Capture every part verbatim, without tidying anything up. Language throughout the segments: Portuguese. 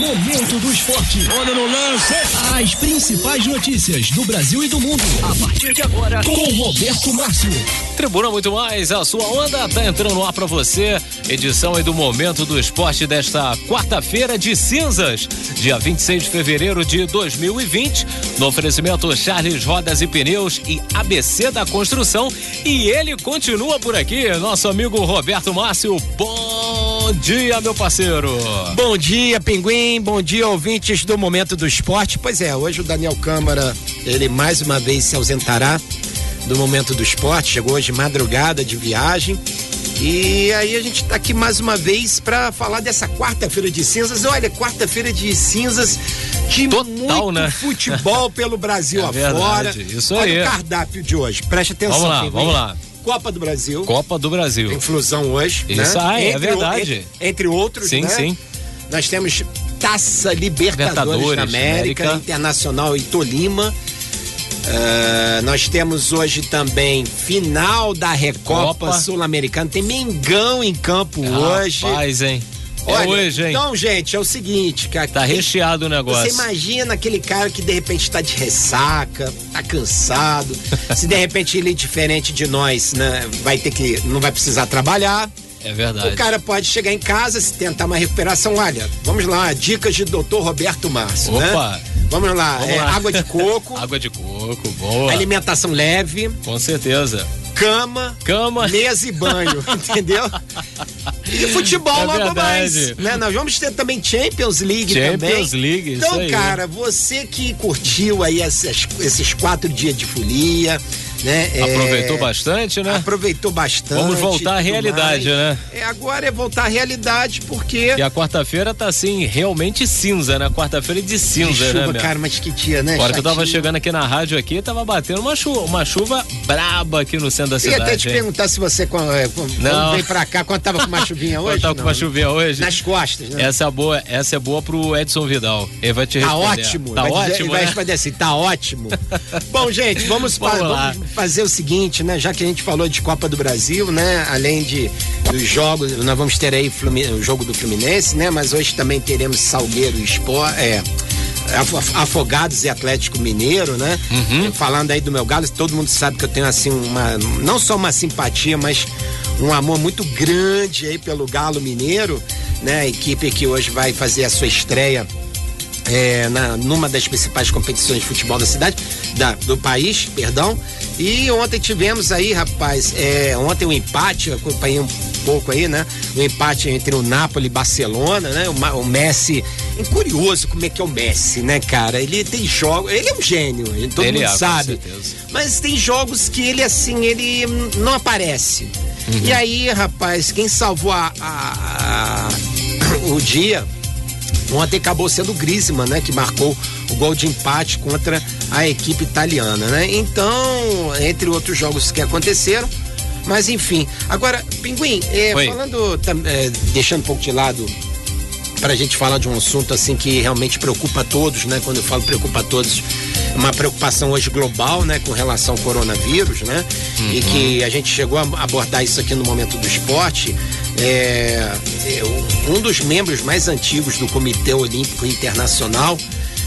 Momento do Esporte. Olha no lance. As principais notícias do Brasil e do mundo. A partir de agora, com Roberto Márcio. Tribuna Muito Mais, a sua onda tá entrando no ar pra você. Edição aí do Momento do Esporte desta quarta-feira de cinzas, dia vinte e seis de fevereiro de dois mil e vinte. No oferecimento Charles Rodas e Pneus e A B C da Construção. E ele continua por aqui, nosso amigo Roberto Márcio. Bom dia, meu parceiro. Bom dia, Pinguim. Bom dia, ouvintes do Momento do Esporte. Pois é, hoje o Daniel Câmara, ele mais uma vez se ausentará do Momento do Esporte. Chegou hoje madrugada de viagem. E aí a gente tá aqui mais uma vez para falar dessa quarta-feira de cinzas. Olha, quarta-feira de cinzas de Total, muito né? futebol pelo Brasil é afora. Verdade, isso Olha aí. o cardápio de hoje. Preste atenção. Vamos lá, Pinguim. vamos lá. Copa do Brasil. Copa do Brasil. Tem flusão hoje. Isso, né? ah, é entre, verdade. Entre, entre outros, sim, né? Sim, Nós temos Taça Libertadores, Libertadores da América, América. Internacional e Tolima. Uh, nós temos hoje também final da Recopa Copa. Sul-Americana. Tem Mengão em campo hoje. Rapaz, hein? É Olha, hoje, hein? Então, gente, é o seguinte, cara. Tá recheado o negócio. Você imagina aquele cara que de repente tá de ressaca, tá cansado. Se de repente ele, diferente de nós, né, vai ter que, não vai precisar trabalhar. É verdade. O cara pode chegar em casa, se tentar uma recuperação. Olha, vamos lá, dicas de doutor Roberto Márcio, Opa. né? Vamos lá, Vamos é, lá. água de coco. Água de coco, boa. Alimentação leve. Com certeza. Cama, Cama, mesa e banho, entendeu? E futebol É logo verdade. mais, né? Nós vamos ter também Champions League também. Champions League, isso Então, aí. cara, você que curtiu aí essas, esses quatro dias de folia, né? Aproveitou é, bastante, né? Aproveitou bastante. Vamos voltar à tudo realidade, mais. né? É, agora é voltar à realidade, porque... E a quarta-feira tá assim, realmente cinza, né? Quarta-feira de cinza, de né, chuva, meu? cara, mas que dia, né? A hora que eu tava Chatinho. chegando aqui na rádio aqui, tava batendo uma chuva, uma chuva braba aqui no centro da Eu cidade. ia até te hein? perguntar se você, quando, é, quando Não. veio pra cá, quando tava com uma chuvinha hoje. Quando tava com não, uma né? chuvinha hoje. Nas costas, né? Essa é boa, essa é boa pro Edson Vidal. Ele vai te Tá responder. ótimo. Tá vai dizer- ótimo, ele vai né? responder assim, tá ótimo. Bom, gente, vamos, Vamos pa- lá. vamos fazer o seguinte, né? Já que a gente falou de Copa do Brasil, né? Além de dos jogos, nós vamos ter aí Flumi- o jogo do Fluminense, né? Mas hoje também teremos Salgueiro e Sport, é, Af- Afogados e Atlético Mineiro, né? Uhum. Falando aí do meu Galo, todo mundo sabe que eu tenho assim uma, não só uma simpatia, mas um amor muito grande aí pelo Galo Mineiro, né? A equipe que hoje vai fazer a sua estreia É, na, numa das principais competições de futebol da cidade, da, do país, perdão. E ontem tivemos aí, rapaz, é, ontem um empate, eu acompanhei um pouco aí, né? Um empate entre o Napoli e Barcelona, né? O, Ma- o Messi, é curioso como é que é o Messi, né, cara? Ele tem jogos, ele é um gênio, todo Ele mundo é, com sabe. certeza. Mas tem jogos que ele, assim, ele não aparece. Uhum. E aí, rapaz, quem salvou a, a- a- o dia ontem acabou sendo o Griezmann, né? Que marcou o gol de empate contra a equipe italiana, né? Então, entre outros jogos que aconteceram, mas enfim. Agora, Pinguim, é, Oi. falando, tam- é, deixando um pouco de lado para a gente falar de um assunto assim que realmente preocupa a todos, né? Quando eu falo preocupa a todos, é uma preocupação hoje global, né? Com relação ao coronavírus, né? Uhum. E que a gente chegou a abordar isso aqui no Momento do Esporte. É, é, um dos membros mais antigos do Comitê Olímpico Internacional,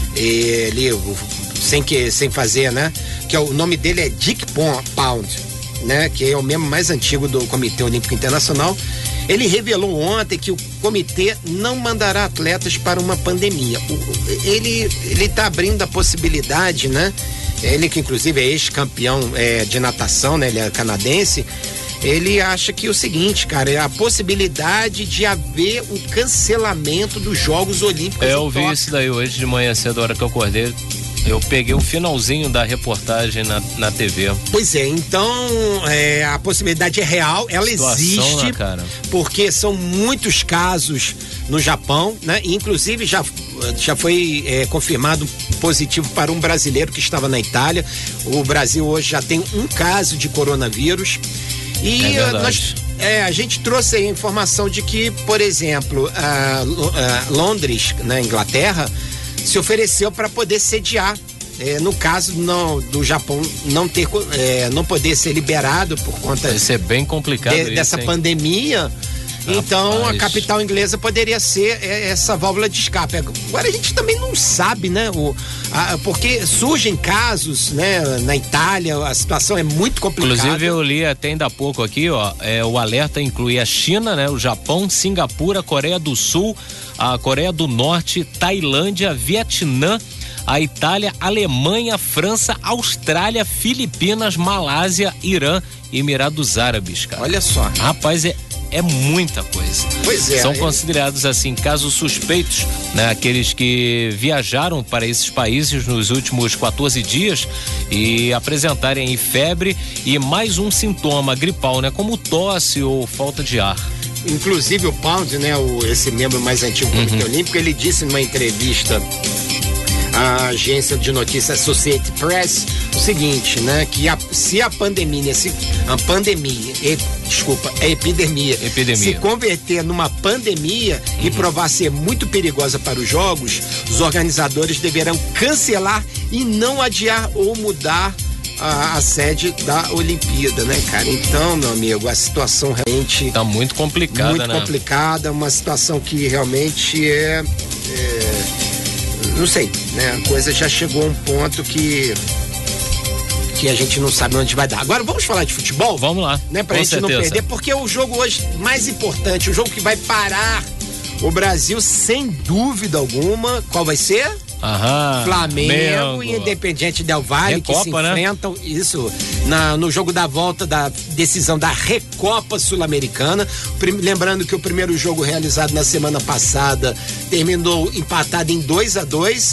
ele, sem, que, sem fazer, né? Que é, o nome dele é Dick Pound, né? Que é o membro mais antigo do Comitê Olímpico Internacional. Ele revelou ontem que o comitê não mandará atletas para uma pandemia. O- o- Ele ele está abrindo a possibilidade, né? Ele que inclusive é ex-campeão é, de natação, né? Ele é canadense. Ele acha que é o seguinte, cara, é a possibilidade de haver o cancelamento dos Jogos Olímpicos. É, em eu vi Tóquio. isso daí hoje de manhã cedo, a hora que eu acordei. Eu peguei o finalzinho da reportagem na, na T V. Pois é, então é, a possibilidade é real, ela Situação, existe, né, cara? porque são muitos casos no Japão, né? E, inclusive já, já foi é, confirmado positivo para um brasileiro que estava na Itália. O Brasil hoje já tem um caso de coronavírus. E É verdade. nós, é, a gente trouxe aí a informação de que, por exemplo, a, a Londres, na Inglaterra, se ofereceu para poder sediar. É, no caso não, do Japão não ter, é, não poder ser liberado por conta Vai ser bem complicado de- isso, dessa hein? pandemia, Então Rapaz. a capital inglesa poderia ser essa válvula de escape. Agora a gente também não sabe, né? O, a, porque surgem casos, né? Na Itália a situação é muito complicada. Inclusive eu li até ainda há pouco aqui, ó, é, o alerta inclui a China, né? O Japão, Singapura, Coreia do Sul, a Coreia do Norte, Tailândia, Vietnã, a Itália, Alemanha, França, Austrália, Filipinas, Malásia, Irã e Emirados Árabes, cara. Olha só. Rapaz, é É muita coisa. Pois é. São é... considerados assim casos suspeitos, né? Aqueles que viajaram para esses países nos últimos quatorze dias e apresentarem aí febre e mais um sintoma gripal, né? Como tosse ou falta de ar. Inclusive o Pound, né? O, esse membro mais antigo do Comitê Uhum. Olímpico, ele disse numa entrevista à agência de notícias Associated Press o seguinte, né? Que a, se a pandemia, se a pandemia, e, desculpa, a epidemia, Epidemia. se converter numa pandemia uhum. e provar ser muito perigosa para os jogos, os organizadores deverão cancelar e não adiar ou mudar a, a sede da Olimpíada, né, cara? Então, meu amigo, a situação realmente tá muito complicada, muito né? complicada, uma situação que realmente é, é não sei, né? A coisa já chegou a um ponto que que a gente não sabe onde vai dar. Agora vamos falar de futebol? Vamos lá. Né? Pra com gente certeza. não perder, porque o jogo hoje mais importante, o jogo que vai parar o Brasil sem dúvida alguma, qual vai ser? Aham, Flamengo Mengo. e Independiente Del Valle, Recopa, que se né? enfrentam, isso, na, no jogo da volta da decisão da Recopa Sul-Americana. Prim, lembrando que o primeiro jogo realizado na semana passada terminou empatado em dois a dois.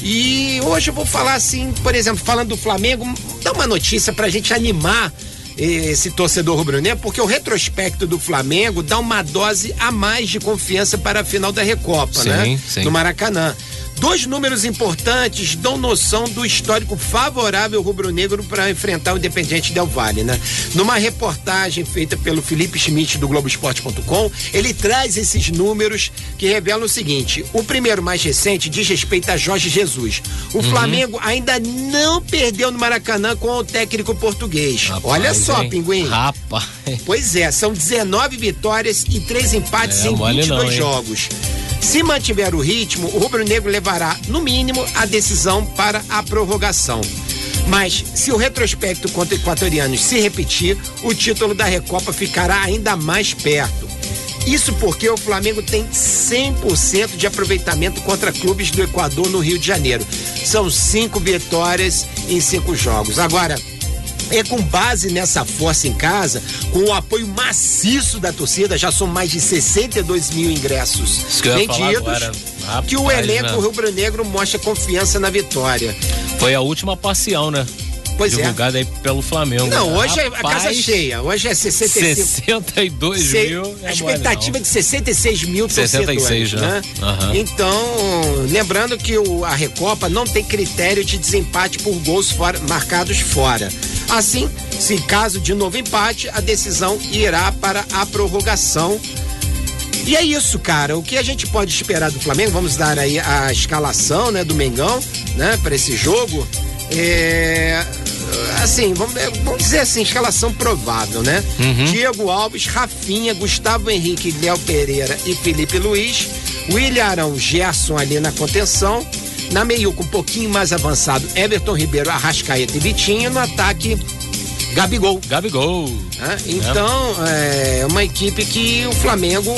E hoje eu vou falar assim, por exemplo, falando do Flamengo, dá uma notícia pra gente animar esse torcedor rubro-negro, porque o retrospecto do Flamengo dá uma dose a mais de confiança para a final da Recopa, sim, né? Sim. No Maracanã. Dois números importantes dão noção do histórico favorável rubro-negro para enfrentar o Independiente Del Valle, né? Numa reportagem feita pelo Felipe Schmidt do Globo Esporte ponto com, ele traz esses números que revelam o seguinte: o primeiro, mais recente, diz respeito a Jorge Jesus. O uhum. Flamengo ainda não perdeu no Maracanã com o técnico português. Rapaz, olha só, hein? Pinguim. Rapaz. Pois é, são dezenove vitórias e três empates é, em vinte e dois não, jogos. Se mantiver o ritmo, o rubro-negro levará, no mínimo, a decisão para a prorrogação. Mas, se o retrospecto contra equatorianos se repetir, o título da Recopa ficará ainda mais perto. Isso porque o Flamengo tem cem por cento de aproveitamento contra clubes do Equador no Rio de Janeiro. São cinco vitórias em cinco jogos. Agora, é com base nessa força em casa, com o apoio maciço da torcida, já são mais de sessenta e dois mil ingressos que vendidos, Rapaz, que o elenco né? rubro-negro mostra confiança na vitória. Foi a última parcial, né? Pois divulgada é. aí pelo Flamengo. Não, hoje Rapaz, é a casa cheia. Hoje é sessenta e cinco. sessenta e dois Se, mil. a expectativa é de sessenta e seis mil sessenta e seis, torcedores, né? Uhum. Então, lembrando que o, a Recopa não tem critério de desempate por gols fora, marcados fora. Assim, se caso de novo empate, a decisão irá para a prorrogação. E é isso, cara. O que a gente pode esperar do Flamengo? Vamos dar aí a escalação, né, do Mengão, né, para esse jogo. É, assim, vamos, vamos dizer assim, escalação provável, né? Uhum. Diego Alves, Rafinha, Gustavo Henrique, Léo Pereira e Felipe Luiz, William Arão, Gerson ali na contenção, na meiuca um pouquinho mais avançado, Everton Ribeiro, Arrascaeta e Vitinho, no ataque Gabigol. Gabigol. Né? Então, é. é uma equipe que o Flamengo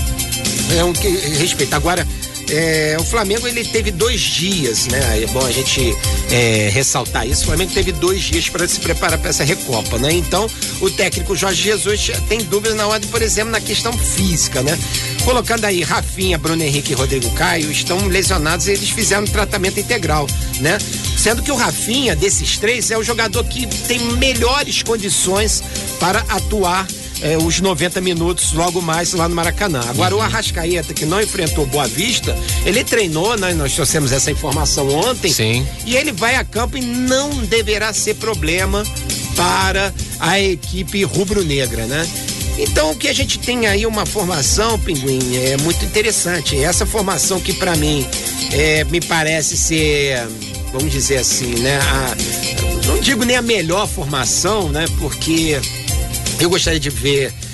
é um que respeita. Agora, É, o Flamengo ele teve dois dias, né? É bom a gente é, ressaltar isso. O Flamengo teve dois dias para se preparar para essa Recopa, né? Então, o técnico Jorge Jesus tem dúvidas na ordem, por exemplo, na questão física, né? Colocando aí Rafinha, Bruno Henrique e Rodrigo Caio estão lesionados e eles fizeram um tratamento integral, né? Sendo que o Rafinha, desses três, é o jogador que tem melhores condições para atuar É, os noventa minutos logo mais lá no Maracanã. Agora uhum. o Arrascaeta, que não enfrentou Boa Vista, ele treinou, né? Nós trouxemos essa informação ontem. Sim. E ele vai a campo e não deverá ser problema para a equipe rubro-negra, né? Então o que a gente tem aí uma formação, Pinguim, é muito interessante. Essa formação que para mim é, me parece ser, vamos dizer assim, né? A, não digo nem a melhor formação, né? Porque eu gostaria de ver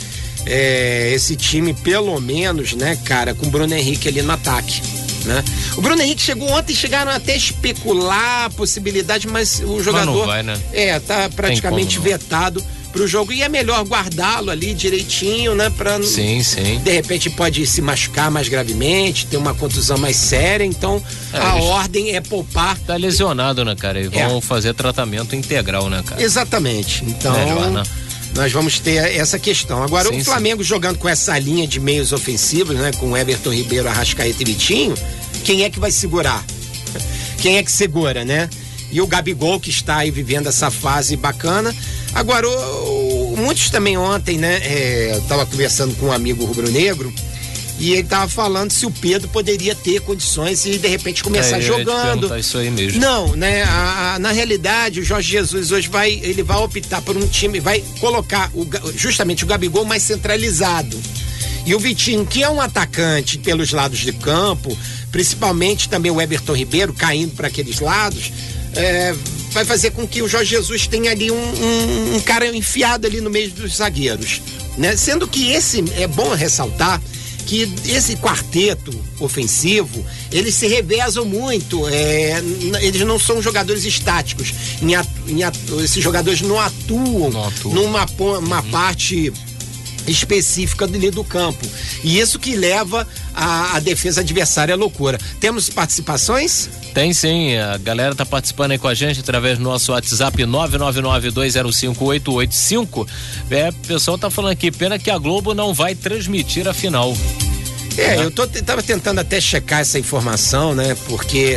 é, esse time, pelo menos, né, cara, com o Bruno Henrique ali no ataque, né? O Bruno Henrique chegou ontem, chegaram até a especular a possibilidade, mas o jogador mas não vai, né? é, tá praticamente como, vetado pro jogo, e é melhor guardá-lo ali direitinho, né, pra sim, sim. de repente pode se machucar mais gravemente, ter uma contusão mais séria, então é, a ordem é poupar. Tá lesionado, né, cara? E vão é. fazer tratamento integral, né, cara? Exatamente, então melhor, né? Nós vamos ter essa questão. Agora, sim, o Flamengo sim. jogando com essa linha de meios ofensivos, né, com Everton Ribeiro, Arrascaeta e Vitinho, quem é que vai segurar? Quem é que segura, né? E o Gabigol, que está aí vivendo essa fase bacana. Agora, o, o, muitos também ontem, né? É, eu tava conversando com um amigo rubro-negro e ele tava falando se o Pedro poderia ter condições de de repente começar é, jogando. Isso aí mesmo. Não, né? A, a, na realidade, o Jorge Jesus hoje vai, ele vai optar por um time, vai colocar o, justamente o Gabigol mais centralizado. E o Vitinho, que é um atacante pelos lados de campo, principalmente também o Everton Ribeiro caindo para aqueles lados, é, vai fazer com que o Jorge Jesus tenha ali um, um, um cara enfiado ali no meio dos zagueiros, né? Sendo que esse, é bom ressaltar que esse quarteto ofensivo, eles se revezam muito, é, eles não são jogadores estáticos, em atu, em atu, esses jogadores não atuam, não atuam. numa uma uhum. parte específica ali do campo, e isso que leva a, a defesa adversária à loucura. Temos participações? Tem sim, a galera tá participando aí com a gente através do nosso WhatsApp nove nove nove dois zero cinco oito oito cinco. É, o pessoal tá falando aqui, pena que a Globo não vai transmitir a final. É, né? eu tô, tava tentando até checar essa informação, né, porque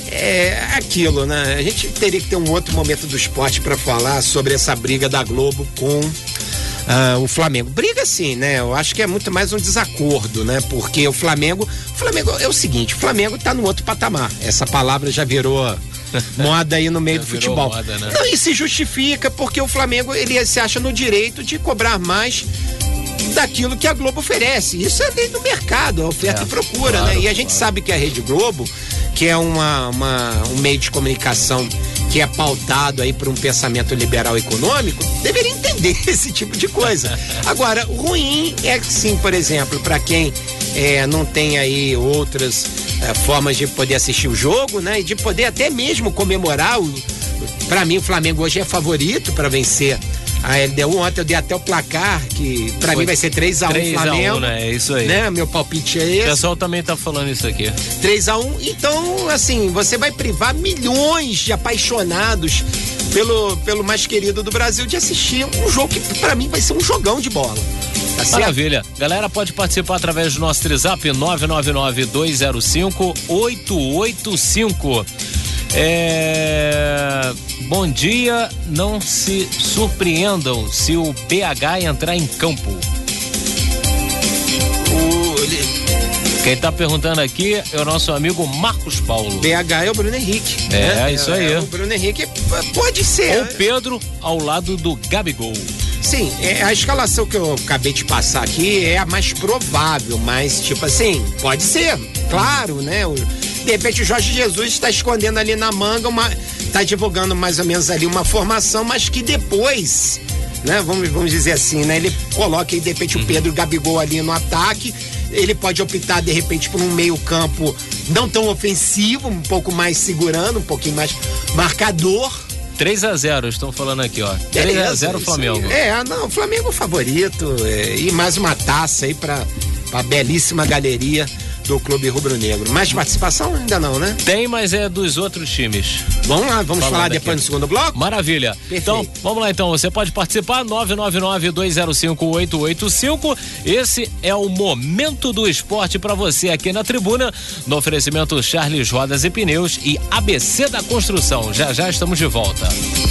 é aquilo, né, a gente teria que ter um outro momento do esporte para falar sobre essa briga da Globo com Uh, o Flamengo. Briga sim, né? Eu acho que é muito mais um desacordo, né? Porque o Flamengo, o Flamengo é o seguinte, o Flamengo tá no outro patamar. Essa palavra já virou moda aí no meio já do futebol. Moda, né? Não, e se justifica porque o Flamengo, ele se acha no direito de cobrar mais daquilo que a Globo oferece. Isso é lei do mercado, a oferta é, e procura, claro, né? E a gente claro. sabe que a Rede Globo, que é uma, uma, um meio de comunicação que é pautado aí por um pensamento liberal econômico, deveria entender esse tipo de coisa. Agora, o ruim é que sim, por exemplo, para quem é, não tem aí outras é, formas de poder assistir o jogo, né? E de poder até mesmo comemorar o, para mim o Flamengo hoje é favorito para vencer a L D U. Ontem eu dei até o placar, que pra Foi mim vai ser três a um Flamengo. né? É isso aí. Né? Meu palpite é esse. O pessoal também tá falando isso aqui. três a um, então, assim, você vai privar milhões de apaixonados pelo, pelo mais querido do Brasil de assistir um jogo que pra mim vai ser um jogão de bola. Tá certo? Maravilha. Galera, pode participar através do nosso WhatsApp nove nove nove dois zero cinco oito oito cinco. É... Bom dia, não se surpreendam se o B H entrar em campo. O... Quem tá perguntando aqui é o nosso amigo Marcos Paulo. B H é o Bruno Henrique. É, né? Isso aí. É, o Bruno Henrique pode ser. Ou Pedro ao lado do Gabigol. Sim, é, a escalação que eu acabei de passar aqui é a mais provável, mas tipo assim, pode ser, claro, né? O, de repente o Jorge Jesus está escondendo ali na manga, uma, tá divulgando mais ou menos ali uma formação, mas que depois, né? Vamos, vamos dizer assim, né? Ele coloca aí de repente o Pedro Gabigol ali no ataque, ele pode optar de repente por um meio campo não tão ofensivo, um pouco mais segurando, um pouquinho mais marcador. três a zero, estão falando aqui, ó. três a zero Flamengo. É, não, o Flamengo favorito, é, e mais uma taça aí pra, pra belíssima galeria do Clube Rubro-Negro. Mais participação? Ainda não, né? Tem, mas é dos outros times. Vamos lá, vamos Falando falar depois aqui. No segundo bloco? Maravilha. Perfeito. Então, vamos lá então, você pode participar, nove nove nove dois zero cinco oito oito cinco. Esse é o Momento do Esporte para você aqui na tribuna, no oferecimento Charles Rodas e Pneus e A B C da Construção. Já já estamos de volta.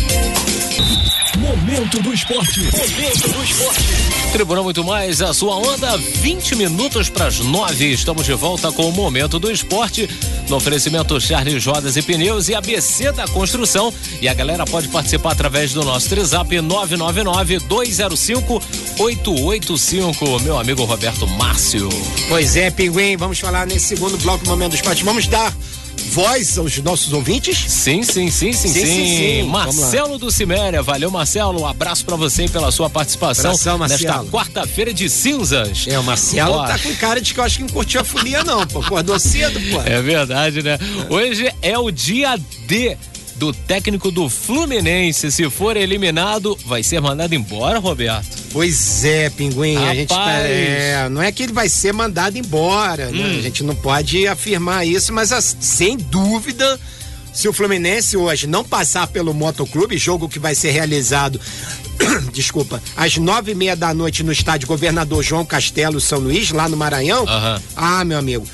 Momento do Esporte. Momento do Esporte. Tribuna Muito Mais, a sua onda, vinte minutos para as nove. Estamos de volta com o Momento do Esporte, no oferecimento Charles Rodas e Pneus e A B C da Construção. E a galera pode participar através do nosso WhatsApp nove nove nove dois zero cinco oito oito cinco. Meu amigo Roberto Márcio. Pois é, Pinguim, vamos falar nesse segundo bloco do Momento do Esporte. Vamos dar voz aos nossos ouvintes? Sim, sim, sim, sim, sim. Sim, sim, sim. Marcelo do Ciméria, valeu, Marcelo, um abraço pra você pela sua participação Abração, nesta quarta-feira de cinzas. É, o Marcelo Ó, tá com cara de que eu acho que não curtiu a folia não, pô, acordou cedo, pô. É verdade, né? Hoje é o dia D do técnico do Fluminense. Se for eliminado, vai ser mandado embora, Roberto? Pois é, Pinguim, Rapaz. a gente tá, é, não é que ele vai ser mandado embora, né? Hum. A gente não pode afirmar isso, mas a, sem dúvida, se o Fluminense hoje não passar pelo Motoclube, jogo que vai ser realizado, desculpa, às nove e meia da noite no estádio Governador João Castelo, São Luís, lá no Maranhão, Aham. ah, meu amigo,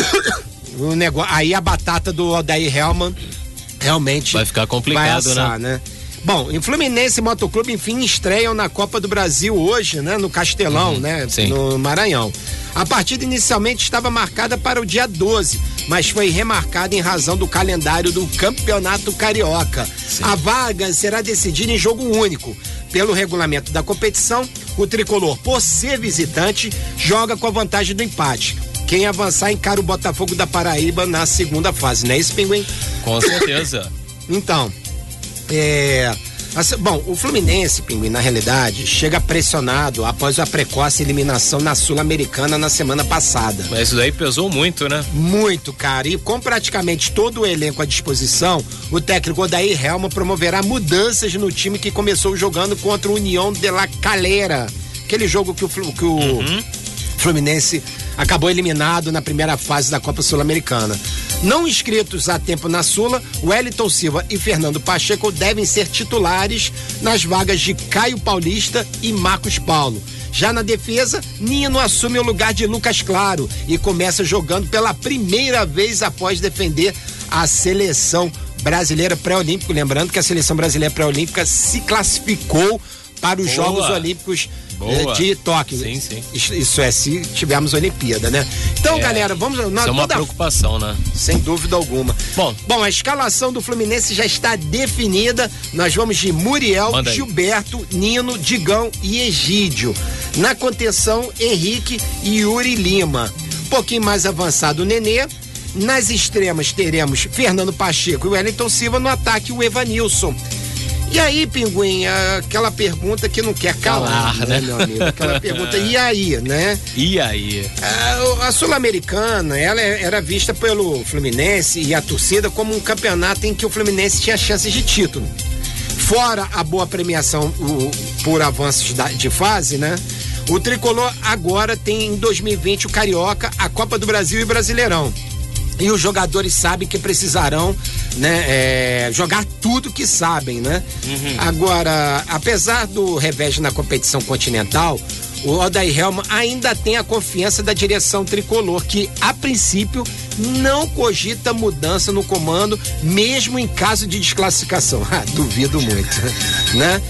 o negócio, aí a batata do Odair Hellmann realmente Vai ficar complicado, vai assar, né? Bom, o Fluminense e Motoclube, enfim, estreiam na Copa do Brasil hoje, né? No Castelão, Uhum, né? sim. No Maranhão. A partida inicialmente estava marcada para o dia doze, mas foi remarcada em razão do calendário do Campeonato Carioca. Sim. A vaga será decidida em jogo único. Pelo regulamento da competição, o tricolor, por ser visitante, joga com a vantagem do empate. Quem avançar encara o Botafogo da Paraíba na segunda fase, não é isso, Pinguim? Com certeza. Então, é... assim, bom, o Fluminense, Pinguim, na realidade, chega pressionado após a precoce eliminação na Sul-Americana na semana passada. Mas isso daí pesou muito, né? Muito, cara. E com praticamente todo o elenco à disposição, o técnico Odair Hellmann promoverá mudanças no time que começou jogando contra o União de la Calera. Aquele jogo que o, Flu- que o Uhum. Fluminense acabou eliminado na primeira fase da Copa Sul-Americana. Não inscritos a tempo na Sula, Wellington Silva e Fernando Pacheco devem ser titulares nas vagas de Caio Paulista e Marcos Paulo. Já na defesa, Nino assume o lugar de Lucas Claro e começa jogando pela primeira vez após defender a seleção brasileira pré-olímpica. Lembrando que a seleção brasileira pré-olímpica se classificou para os Boa. Jogos Olímpicos Boa. eh, de Tóquio. Sim, sim. Isso, isso é, se tivermos Olimpíada, né? Então, É, galera, vamos... Isso nós é uma toda- preocupação, né? Sem dúvida alguma. Bom. Bom, a escalação do Fluminense já está definida. Nós vamos de Muriel, Manda aí. Gilberto, Nino, Digão e Egídio. Na contenção, Henrique e Yuri Lima. Um pouquinho mais avançado, o Nenê. Nas extremas teremos Fernando Pacheco e Wellington Silva. No ataque, o Evanilson. E aí, Pinguim, aquela pergunta que não quer calar, Calar, né, né? meu amigo? Aquela pergunta, e aí, né? E aí? A, a Sul-Americana, ela era vista pelo Fluminense e a torcida como um campeonato em que o Fluminense tinha chances de título. Fora a boa premiação o, por avanços da, de fase, né? O tricolor agora tem em dois mil e vinte o Carioca, a Copa do Brasil e o Brasileirão. E os jogadores sabem que precisarão, né, é, jogar tudo que sabem, né? Uhum. Agora, apesar do revés na competição continental, o Odair Hellmann ainda tem a confiança da direção tricolor, que a princípio não cogita mudança no comando, mesmo em caso de desclassificação. Ah, duvido muito, né?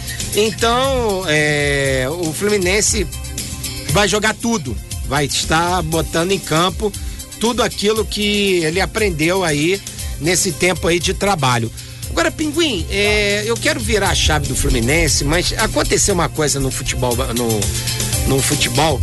Então, é, o Fluminense vai jogar tudo, vai estar botando em campo tudo aquilo que ele aprendeu aí nesse tempo aí de trabalho. Agora, Pinguim, é, eu quero virar a chave do Fluminense, mas aconteceu uma coisa no futebol, no, no futebol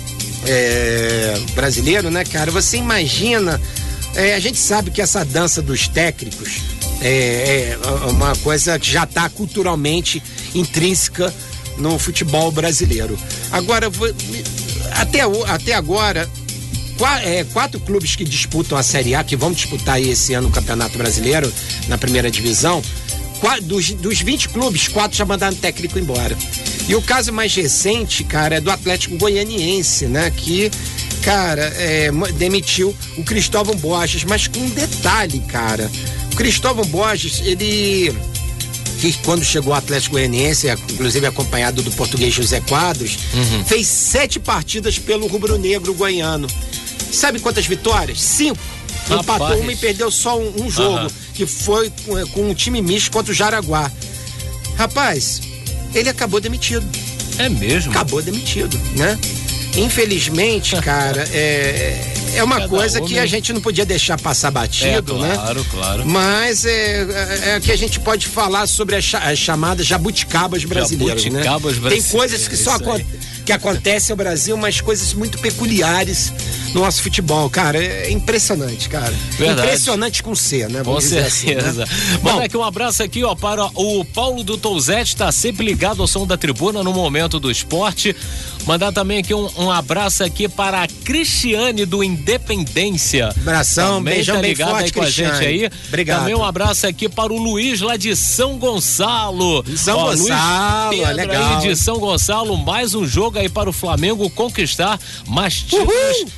é, brasileiro, né, cara? Você imagina, é, a gente sabe que essa dança dos técnicos é, é uma coisa que já está culturalmente intrínseca no futebol brasileiro. Agora, até, até agora, É, quatro clubes que disputam a Série A, que vão disputar aí esse ano o Campeonato Brasileiro na primeira divisão, quatro, dos, dos vinte clubes, quatro já mandaram o técnico embora. E o caso mais recente, cara, é do Atlético Goianiense, né? Que, cara, é, demitiu o Cristóvão Borges, mas com um detalhe, cara. O Cristóvão Borges, ele... que quando chegou ao Atlético Goianiense, inclusive acompanhado do português José Quadros, uhum. fez sete partidas pelo rubro-negro goiano. Sabe quantas vitórias? Cinco. Rapaz. Empatou uma e perdeu só um, um jogo, uhum. que foi com, com um time misto contra o Jaraguá. Rapaz, ele acabou demitido. É mesmo? Acabou demitido, né? Infelizmente, cara, é, é uma Cada coisa homem. que a gente não podia deixar passar batido, é, né? Claro, claro. Mas é, é que a gente pode falar sobre as chamadas jabuticabas brasileiras, jabuticabas né? brasileiras. Tem coisas que só acontecem. que acontece no Brasil, umas coisas muito peculiares no nosso futebol, cara. É impressionante, cara. Verdade. Impressionante com C, né? Vamos com dizer certeza. Assim, né? Manda aqui um abraço aqui, ó, para o Paulo do Touzete, tá sempre ligado ao som da tribuna no momento do esporte. Mandar também aqui um, um abraço aqui para a Cristiane do Independência. Abração, também beijão tá bem ligado forte, aí com Cristiane. a gente aí. Obrigado. Também um abraço aqui para o Luiz lá de São Gonçalo. São ó, Gonçalo, Luiz Pedro legal. aí de São Gonçalo, mais um jogo aí para o Flamengo conquistar mais títulos.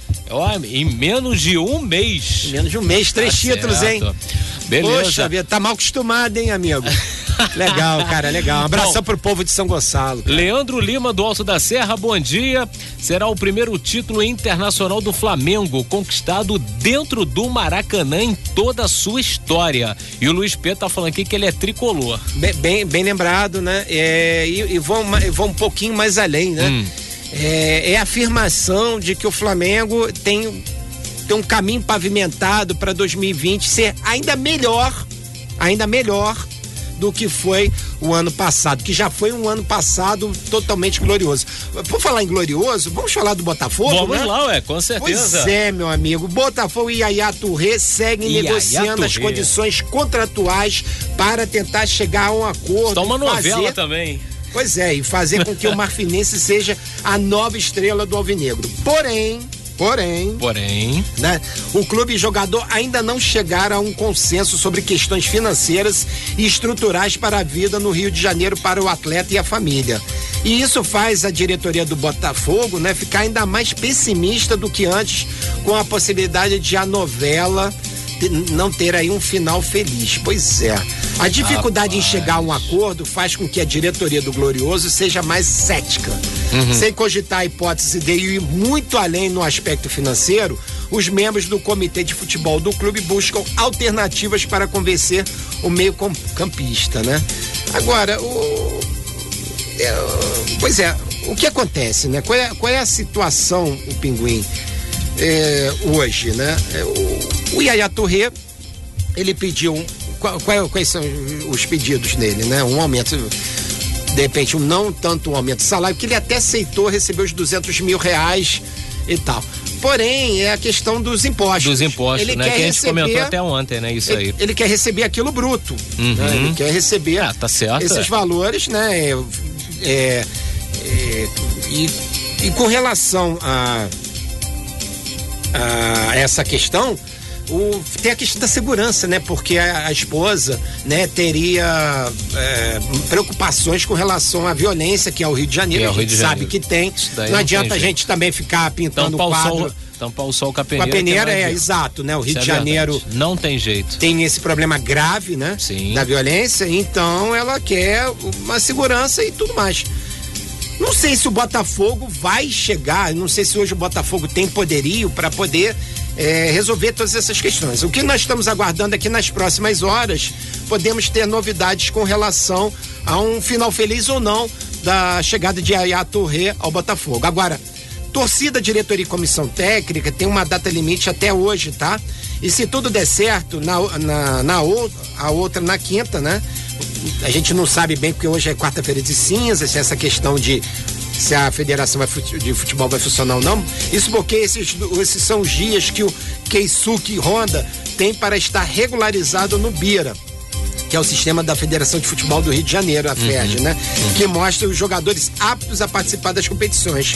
Ó, em menos de um mês. Em menos de um mês, três Tá títulos, certo. hein? Beleza. Poxa vida, tá mal acostumado, hein, amigo? Legal, cara, legal. Um abração Bom, pro povo de São Gonçalo. Cara. Leandro Lima do Alto da Serra, bom dia. Será o primeiro título internacional do Flamengo conquistado dentro do Maracanã em toda a sua história. E o Luiz Pedro tá falando aqui que ele é tricolor. Bem, bem, bem lembrado, né? É, e, e vão, vão um pouquinho mais além, né? Hum. É, é a afirmação de que o Flamengo tem, tem um caminho pavimentado para dois mil e vinte ser ainda melhor, ainda melhor do que foi o ano passado, que já foi um ano passado totalmente glorioso. Por falar em glorioso, vamos falar do Botafogo, Vamos né? lá, ué, com certeza. Pois é, meu amigo. Botafogo e Yaya Touré seguem Yaya negociando Touré. as condições contratuais para tentar chegar a um acordo. Está uma fazer... novela também. Pois é, e fazer com que o Marfinense seja a nova estrela do Alvinegro. Porém, porém, porém, né, o clube e jogador ainda não chegaram a um consenso sobre questões financeiras e estruturais para a vida no Rio de Janeiro para o atleta e a família. E isso faz a diretoria do Botafogo, né, ficar ainda mais pessimista do que antes, com a possibilidade de a novela não ter aí um final feliz. Pois é. A dificuldade Rapaz. em chegar a um acordo faz com que a diretoria do Glorioso seja mais cética. Uhum. Sem cogitar a hipótese de ir muito além no aspecto financeiro, os membros do comitê de futebol do clube buscam alternativas para convencer o meio-campista, né? Agora, o... É, pois é, o que acontece, né? Qual é, qual é a situação, o Pinguim? É, hoje, né? O, o Yaya Touré, ele pediu, qual, qual, quais são os pedidos nele, né? Um aumento, de repente, um não tanto um aumento de salário, que ele até aceitou receber os duzentos mil reais e tal. Porém, é a questão dos impostos. Dos impostos, ele né? Quer que a gente receber, comentou até ontem, né? Isso ele, aí. Ele quer receber aquilo bruto, uhum. né? Ele quer receber ah, tá certo, esses é. valores, né? É, é, é, e, e com relação a a essa questão, o, tem a questão da segurança, né? Porque a, a esposa, né, teria é, preocupações com relação à violência que é o Rio de Janeiro. É a gente sabe que tem. Não, não adianta a gente também ficar pintando o quadro. Sol, tampar o sol com a peneira. Com a peneira, é, é exato, né? O Rio Isso de é Janeiro verdade. Não tem jeito. Tem esse problema grave, né? Sim. Da violência, então ela quer uma segurança e tudo mais. Não sei se o Botafogo vai chegar, não sei se hoje o Botafogo tem poderio para poder é, resolver todas essas questões. O que nós estamos aguardando aqui nas próximas horas, podemos ter novidades com relação a um final feliz ou não da chegada de Yaya Touré ao Botafogo. Agora, torcida, diretoria e comissão técnica tem uma data limite até hoje, tá? E se tudo der certo, na, na, na outra, a outra na quinta, né? A gente não sabe bem porque hoje é quarta-feira de cinzas, essa questão de se a federação de futebol vai funcionar ou não. Isso porque esses, esses são os dias que o Keisuke Honda tem para estar regularizado no Bira, que é o sistema da Federação de Futebol do Rio de Janeiro, a F E R J, uhum. né? Uhum. Que mostra os jogadores aptos a participar das competições.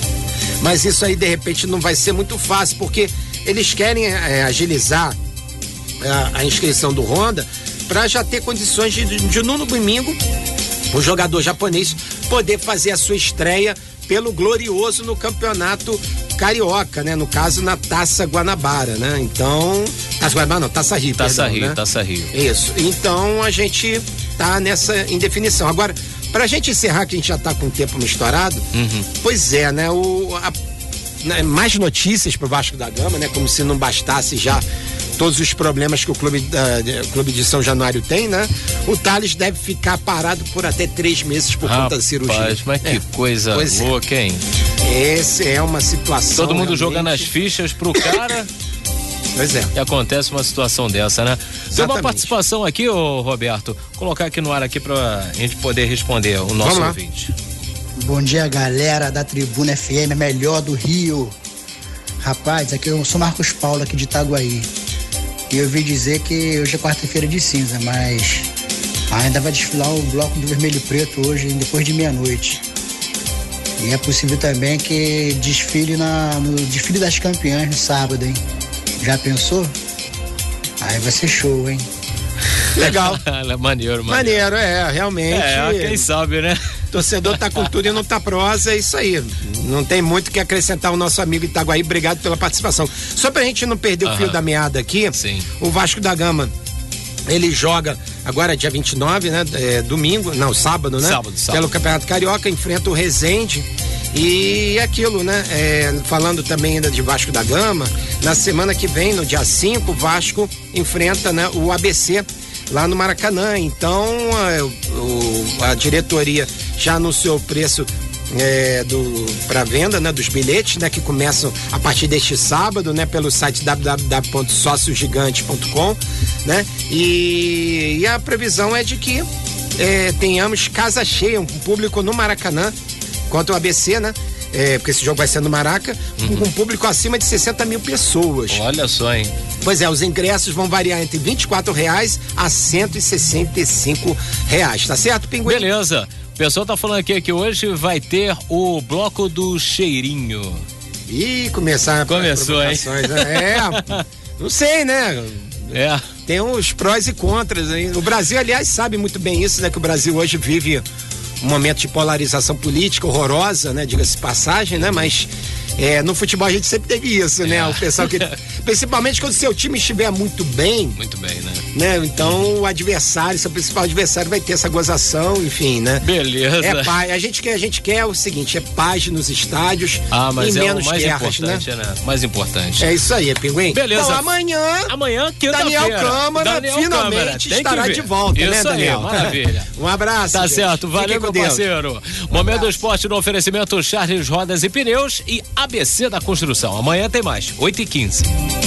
Mas isso aí, de repente, não vai ser muito fácil, porque eles querem é, agilizar a, a inscrição do Honda para já ter condições de, de, de no domingo o jogador japonês poder fazer a sua estreia pelo Glorioso no campeonato carioca, né? No caso, na Taça Guanabara, né? Então, Taça Guanabara não, Taça Rio, Taça perdão, Rio, né? Taça Rio. Isso, então a gente tá nessa indefinição. Agora, pra gente encerrar, que a gente já tá com o tempo estourado, uhum. pois é, né? O, a, né, mais notícias pro Vasco da Gama, né? Como se não bastasse já todos os problemas que o clube, uh, o clube de São Januário tem, né? O Thales deve ficar parado por até três meses por Rapaz, conta da cirurgia. Mas que é. coisa pois louca, hein? Essa é uma situação. Todo mundo realmente... jogando as fichas pro cara. Pois é. E acontece uma situação dessa, né? Exatamente. Tem uma participação aqui, ô Roberto, colocar aqui no ar aqui pra gente poder responder o nosso ouvinte. Bom dia, galera da Tribuna F M, a melhor do Rio. Rapaz, aqui eu sou Marcos Paulo, aqui de Itaguaí. E eu ouvi dizer que hoje é quarta-feira de cinza, mas ainda vai desfilar o bloco do vermelho e preto hoje, depois de meia-noite. E é possível também que desfile na, no desfile das campeãs no sábado, hein? Já pensou? Aí vai ser show, hein? Legal. maneiro, maneiro. Maneiro, é, realmente. É, quem sabe, né? Torcedor tá com tudo e não tá prosa, é isso aí. Não tem muito o que acrescentar o nosso amigo Itaguaí. Obrigado pela participação. Só pra gente não perder o Aham. fio da meada aqui, Sim. o Vasco da Gama, ele joga agora dia vinte e nove, né? É, domingo, não, sábado, né? Sábado, sábado. Pelo Campeonato Carioca, enfrenta o Resende. E aquilo, né? É, falando também ainda de Vasco da Gama, na semana que vem, no dia cinco, o Vasco enfrenta, né, o A B C lá no Maracanã. Então, a, o, a diretoria já anunciou o preço é, do para venda, né, dos bilhetes, né, que começam a partir deste sábado, né, pelo site w w w ponto sócio gigante ponto com, né? E, e a previsão é de que é, tenhamos casa cheia, um público no Maracanã contra o A B C, né? É, porque esse jogo vai ser no Maraca, uhum. com um público acima de sessenta mil pessoas. Olha só, hein? Pois é, os ingressos vão variar entre vinte e quatro reais a cento e sessenta e cinco reais, tá certo, Pinguim? Beleza. O pessoal tá falando aqui que hoje vai ter o bloco do cheirinho. Ih, começar Começou, hein? Né? É, não sei, né? É. Tem uns prós e contras, hein? O Brasil, aliás, sabe muito bem isso, né? Que o Brasil hoje vive um momento de polarização política horrorosa, né? Diga-se passagem, né? Mas é, no futebol a gente sempre teve isso, né? O pessoal que, principalmente quando o seu time estiver muito bem. Muito bem, né? né? Então o adversário, seu principal adversário vai ter essa gozação, enfim, né? Beleza. É paz. A gente quer, a gente quer o seguinte, é paz nos estádios ah, mas e é menos o mais guerras, importante, né? né? Mais importante. É isso aí, Pinguim. Beleza. Bom, amanhã, amanhã, quinta-feira, Daniel Câmara Daniel finalmente Câmara. estará de volta, isso né, Daniel? Aí, maravilha. Um abraço. Tá gente. certo, valeu, meu Deus. parceiro. Um Momento do Esporte no oferecimento Charles Rodas e Pneus e A B C da Construção. Amanhã tem mais, oito e quinze.